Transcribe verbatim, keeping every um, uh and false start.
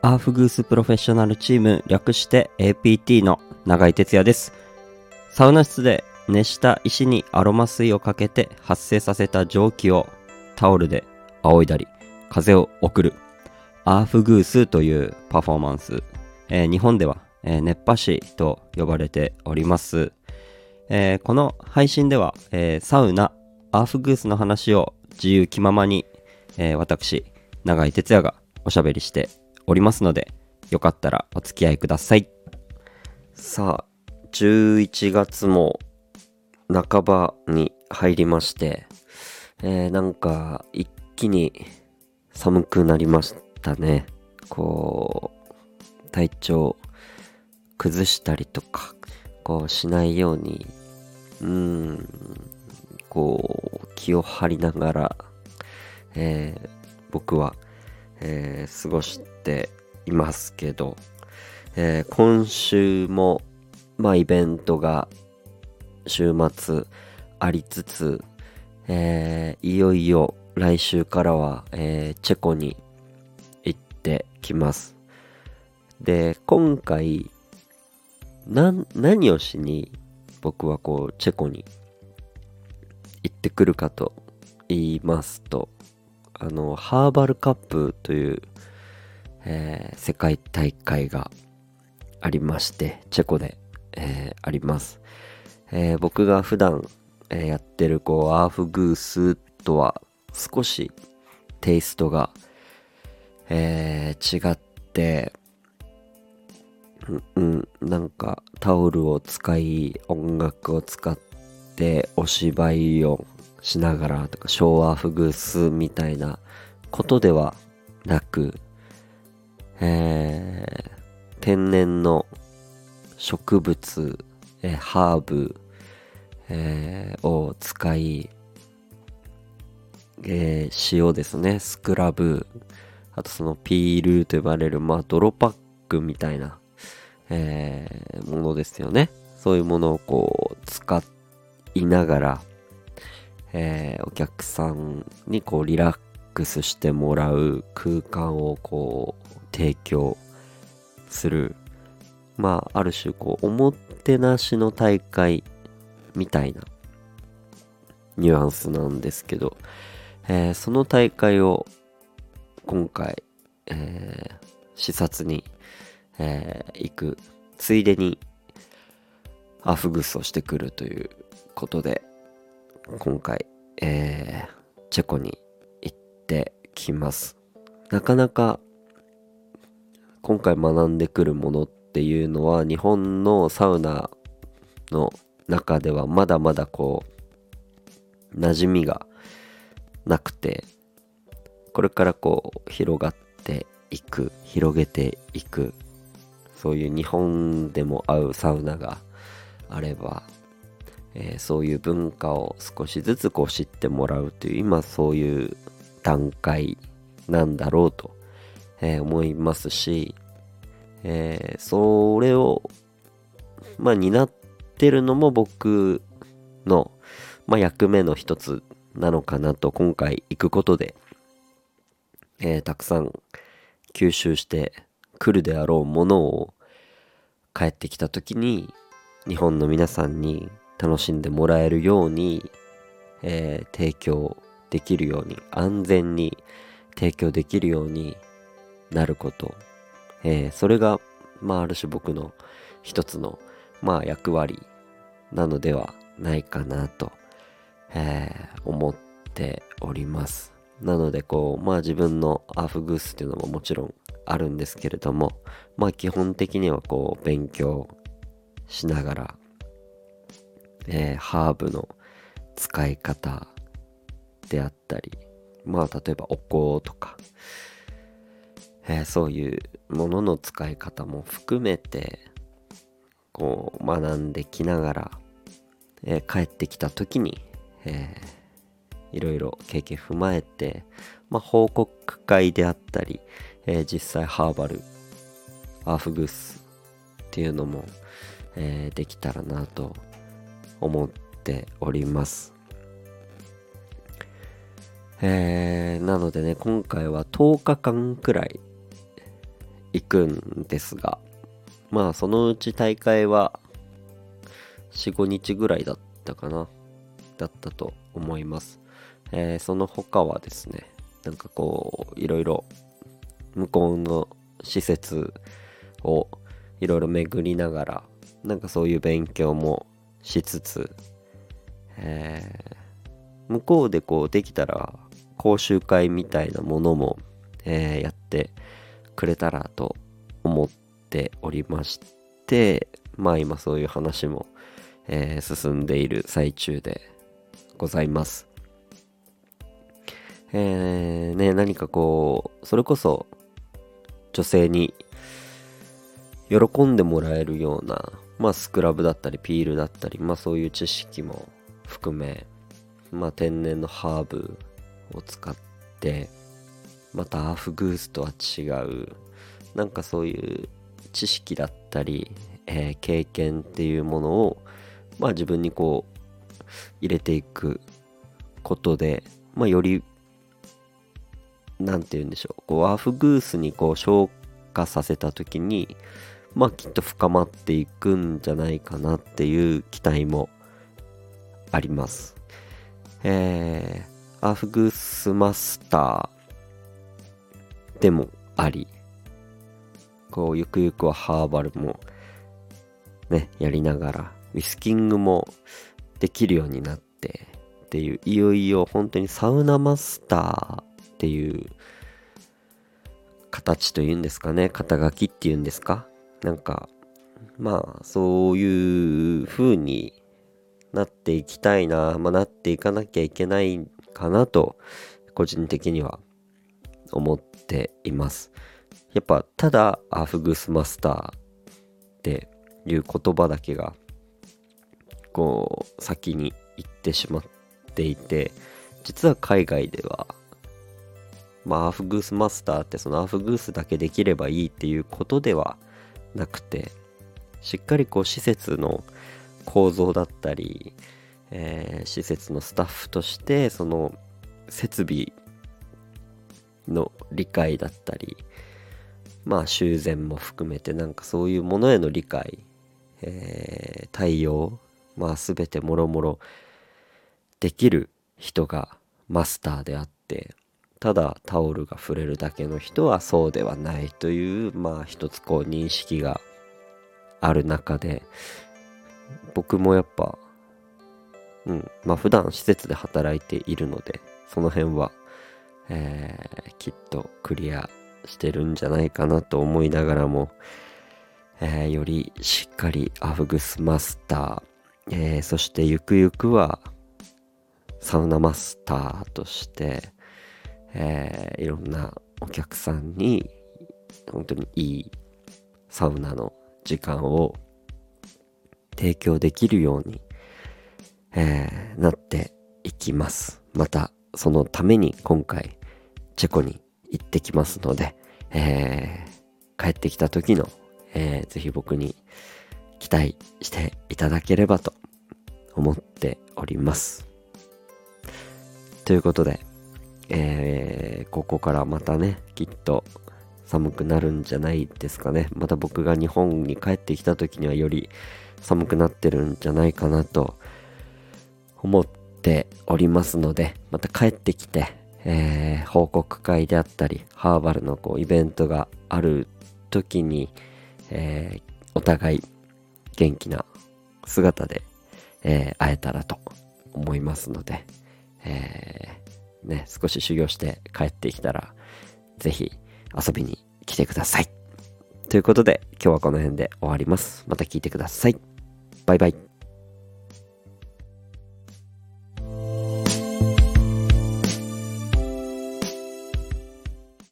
アーフグースプロフェッショナルチーム、略して エーピーティー の永井哲也です。サウナ室で熱した石にアロマ水をかけて発生させた蒸気をタオルで仰いだり風を送るアーフグースというパフォーマンス、えー、日本では、えー、熱波師と呼ばれております。えー、この配信では、えー、サウナアーフグースの話を自由気ままに、えー、私永井哲也がおしゃべりしておりますので、よかったらお付き合いください。さあ、じゅういちがつも半ばに入りまして、えー、なんか一気に寒くなりましたね。こう体調崩したりとかこうしないようにうーんこう気を張りながら、えー、僕は、えー、過ごしていますけど、えー、今週もまあイベントが週末ありつつ、えー、いよいよ来週からは、えー、チェコに行ってきます。で、今回な何をしに僕はこうチェコに行ってくるかと言いますと、あのハーバルカップという、えー、世界大会がありまして、チェコで、えー、あります。えー、僕が普段、えー、やってるこうアーフグースとは少しテイストが、えー、違って、うん、なんかタオルを使い音楽を使ってお芝居をしながらとかショーアーフグースみたいなことではなく、えー、天然の植物、えー、ハーブ、えー、を使い、えー、塩ですね、スクラブ、あとそのピールと呼ばれるまあ泥パックみたいな、えー、ものですよね。そういうものをこう使いながら、えー、お客さんにこうリラックスしてもらう空間をこう提供する、まあある種こうおもてなしの大会みたいなニュアンスなんですけど、えー、その大会を今回、えー、視察に、えー、行くついでにアフグースをしてくるということで、今回、えー、チェコに行ってきます。なかなか今回学んでくるものっていうのは日本のサウナの中ではまだまだこう馴染みがなくて、これからこう広がっていく、広げていく、そういう日本でも合うサウナがあれば、えー、そういう文化を少しずつこう知ってもらうという、今そういう段階なんだろうと、えー、思いますし、えー、それをまあ担ってるのも僕の、まあ、役目の一つなのかなと、今回行くことで、えー、たくさん吸収してくるであろうものを帰ってきた時に日本の皆さんに楽しんでもらえるように、えー、提供できるように、安全に提供できるようになること、えー、それがまあある種僕の一つのまあ役割なのではないかなと、えー、思っております。なのでこうまあ自分のアーフグースっていうのももちろんあるんですけれども、まあ基本的にはこう勉強しながら、えー、ハーブの使い方であったり、まあ例えばお香とか、えー、そういうものの使い方も含めてこう学んできながら、えー、帰ってきた時に、えー、いろいろ経験踏まえて、まあ、報告会であったり、えー、実際ハーバルアーフグースっていうのも、えー、できたらなと思っております。えー、なのでね、今回はとおかかんくらい行くんですが、まあそのうち大会はよん、ごにちぐらいだったかなだったと思います。えー、その他はですね、なんかこういろいろ向こうの施設をいろいろ巡りながら、なんかそういう勉強もしつつ、えー、向こうでこうできたら講習会みたいなものも、えー、やってくれたらと思っておりまして、まあ今そういう話も、えー、進んでいる最中でございます。えー、ね、何かこうそれこそ女性に喜んでもらえるような、まあスクラブだったりピールだったり、まあそういう知識も含め、まあ天然のハーブを使って、またアーフグースとは違う、なんかそういう知識だったり、えー、経験っていうものを、まあ自分にこう入れていくことで、まあより、なんて言うんでしょう、こうアーフグースにこう消化させた時に、まあきっと深まっていくんじゃないかなっていう期待もあります。えー、アーフグースマスターでもあり、こうゆくゆくはハーバルもねやりながらウィスキングもできるようになってっていう、いよいよ本当にサウナマスターっていう形というんですかね、肩書きっていうんですか、なんかまあそういう風になっていきたいな、まあ、なっていかなきゃいけないかなと個人的には思っています。やっぱただアーフグースマスターっていう言葉だけがこう先に行ってしまっていて、実は海外ではまあアーフグースマスターってそのアーフグースだけできればいいっていうことではなくて、しっかりこう施設の構造だったり、えー、施設のスタッフとしてその設備の理解だったり、まあ修繕も含めてなんかそういうものへの理解、えー、対応、まあ全てもろもろできる人がマスターであって、ただタオルが触れるだけの人はそうではないという、まあ一つこう認識がある中で、僕もやっぱうんまあ普段施設で働いているので、その辺は、えー、きっとクリアしてるんじゃないかなと思いながらも、えー、よりしっかりアーフグースマスター、えー、そしてゆくゆくはサウナマスターとして、えー、いろんなお客さんに本当にいいサウナの時間を提供できるように、えー、なっていきます。またそのために今回チェコに行ってきますので、えー、帰ってきた時の、えー、ぜひ僕に期待していただければと思っております。ということで、えー、ここからまたねきっと寒くなるんじゃないですかね。また僕が日本に帰ってきた時にはより寒くなってるんじゃないかなと思っておりますので、また帰ってきて、えー、報告会であったりハーバルのこうイベントがある時に、えー、お互い元気な姿で、えー、会えたらと思いますので、えー、ね、少し修行して帰ってきたらぜひ遊びに来てください。ということで今日はこの辺で終わります。また聞いてください。バイバイ。